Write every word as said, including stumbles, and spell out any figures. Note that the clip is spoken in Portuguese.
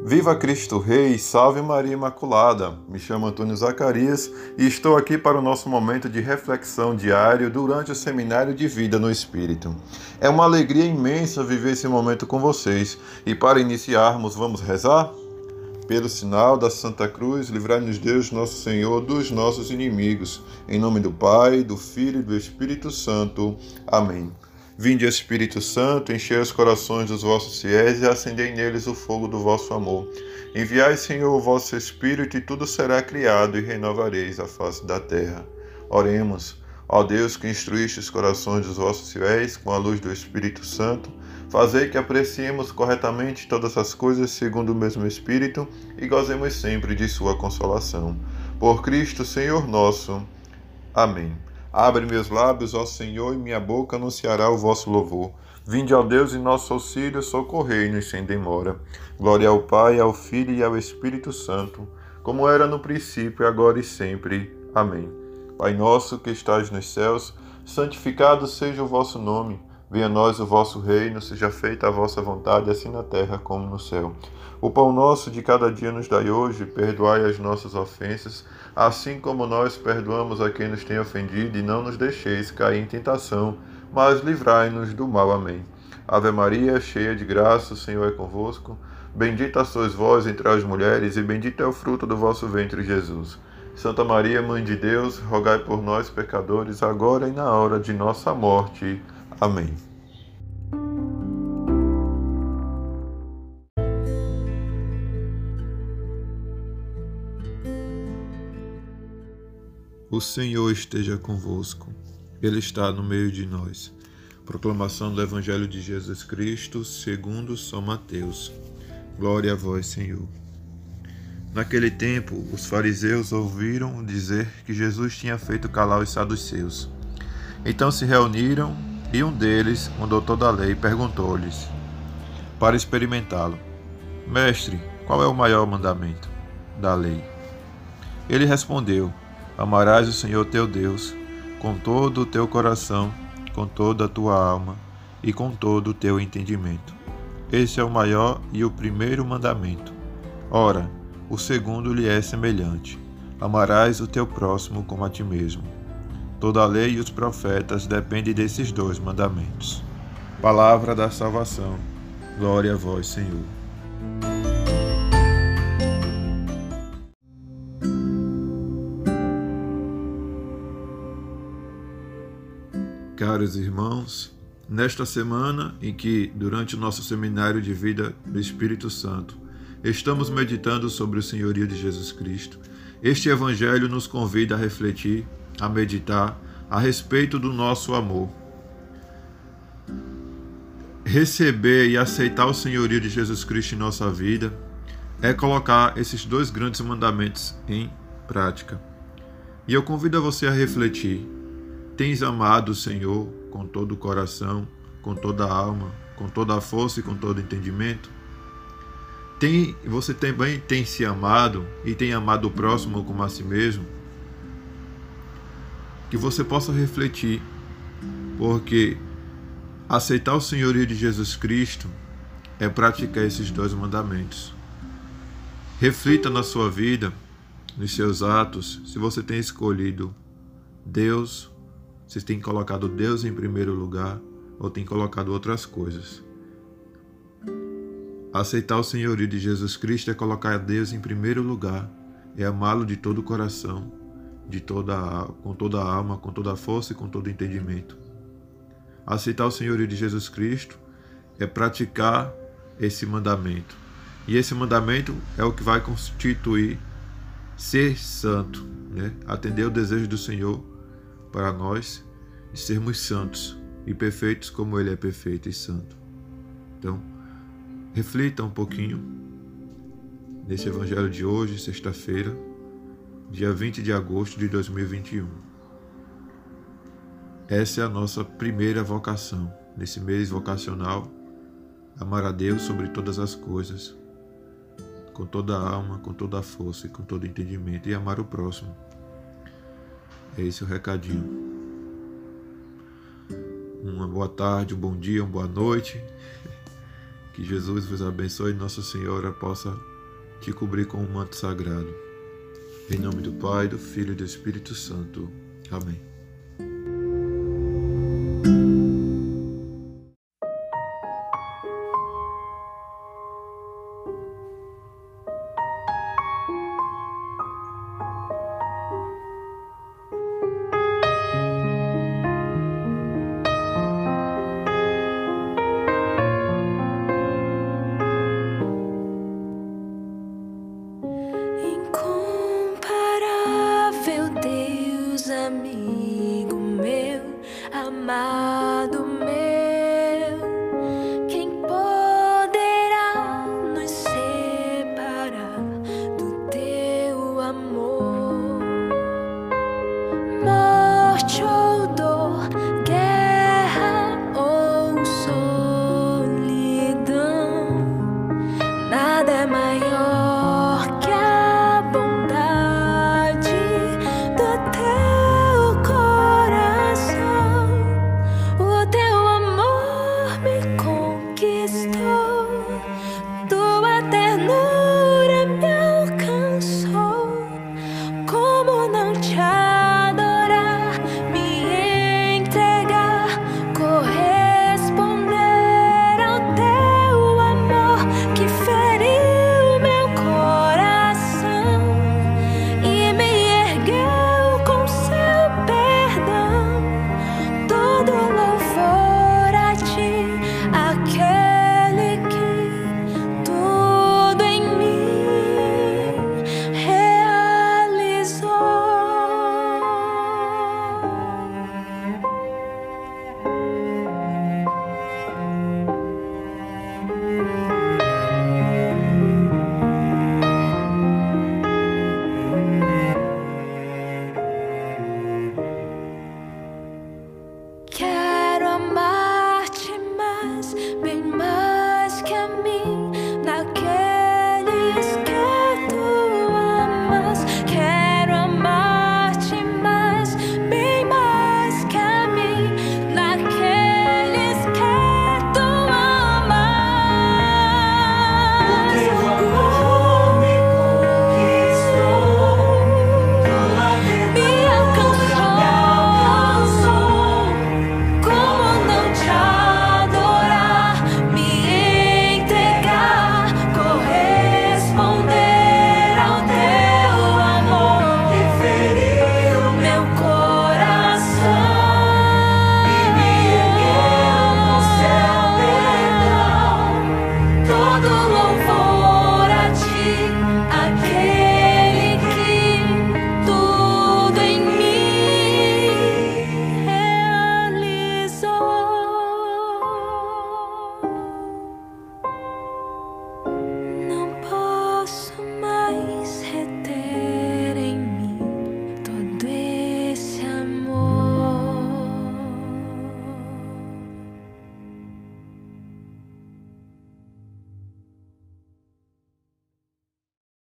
Viva Cristo Rei, salve Maria Imaculada! Me chamo Antônio Zacarias e estou aqui para o nosso momento de reflexão diário durante o Seminário de Vida no Espírito. É uma alegria imensa viver esse momento com vocês e para iniciarmos vamos rezar? Pelo sinal da Santa Cruz, livrai-nos Deus, nosso Senhor, dos nossos inimigos. Em nome do Pai, do Filho e do Espírito Santo. Amém. Vinde, Espírito Santo, enchei os corações dos vossos fiéis e acendei neles o fogo do vosso amor. Enviai, Senhor, o vosso Espírito, e tudo será criado, e renovareis a face da terra. Oremos. Ó Deus, que instruíste os corações dos vossos fiéis com a luz do Espírito Santo, fazei que apreciemos corretamente todas as coisas segundo o mesmo Espírito e gozemos sempre de sua consolação. Por Cristo, Senhor nosso. Amém. Abre meus lábios, ó Senhor, e minha boca anunciará o vosso louvor. Vinde, ó Deus, em nosso auxílio, socorrei-nos sem demora. Glória ao Pai, ao Filho e ao Espírito Santo, como era no princípio, agora e sempre. Amém. Pai nosso que estais nos céus, santificado seja o vosso nome. Venha a nós o vosso reino, seja feita a vossa vontade, assim na terra como no céu. O pão nosso de cada dia nos dai hoje, perdoai as nossas ofensas, assim como nós perdoamos a quem nos tem ofendido, e não nos deixeis cair em tentação, mas livrai-nos do mal. Amém. Ave Maria, cheia de graça, o Senhor é convosco. Bendita sois vós entre as mulheres, e bendito é o fruto do vosso ventre, Jesus. Santa Maria, Mãe de Deus, rogai por nós, pecadores, agora e na hora de nossa morte. Amém. O Senhor esteja convosco. Ele está no meio de nós. Proclamação do Evangelho de Jesus Cristo, segundo São Mateus. Glória a vós, Senhor. Naquele tempo, os fariseus ouviram dizer que Jesus tinha feito calar os saduceus. Então se reuniram e um deles, um doutor da lei, perguntou-lhes, para experimentá-lo: Mestre, qual é o maior mandamento da lei? Ele respondeu: Amarás o Senhor teu Deus com todo o teu coração, com toda a tua alma e com todo o teu entendimento. Esse é o maior e o primeiro mandamento. Ora, o segundo lhe é semelhante: amarás o teu próximo como a ti mesmo. Toda a lei e os profetas dependem desses dois mandamentos. Palavra da salvação. Glória a vós, Senhor. Caros irmãos, nesta semana em que, durante o nosso seminário de vida do Espírito Santo, estamos meditando sobre o senhorio de Jesus Cristo, este Evangelho nos convida a refletir, a meditar a respeito do nosso amor. Receber e aceitar o senhorio de Jesus Cristo em nossa vida é colocar esses dois grandes mandamentos em prática. E eu convido a você a refletir: tens amado o Senhor com todo o coração, com toda a alma, com toda a força e com todo o entendimento? Tem, você também tem se amado e tem amado o próximo como a si mesmo? Que você possa refletir, porque aceitar o senhorio de Jesus Cristo é praticar esses dois mandamentos. Reflita na sua vida, nos seus atos, se você tem escolhido Deus, se tem colocado Deus em primeiro lugar ou tem colocado outras coisas. Aceitar o senhorio de Jesus Cristo é colocar Deus em primeiro lugar, é amá-lo de todo o coração, de toda, com toda a alma, com toda a força e com todo o entendimento. Aceitar o senhorio de Jesus Cristo é praticar esse mandamento. E esse mandamento é o que vai constituir ser santo, né? Atender o desejo do Senhor para nós de sermos santos e perfeitos como Ele é perfeito e santo. Então, reflita um pouquinho nesse Evangelho de hoje, sexta-feira, dia vinte de agosto de dois mil e vinte e um. Essa é a nossa primeira vocação, nesse mês vocacional: amar a Deus sobre todas as coisas, com toda a alma, com toda a força e com todo o entendimento, e amar o próximo. É esse o recadinho. Uma boa tarde, um bom dia, uma boa noite. Que Jesus vos abençoe e Nossa Senhora possa te cobrir com um manto sagrado. Em nome do Pai, do Filho e do Espírito Santo. Amém.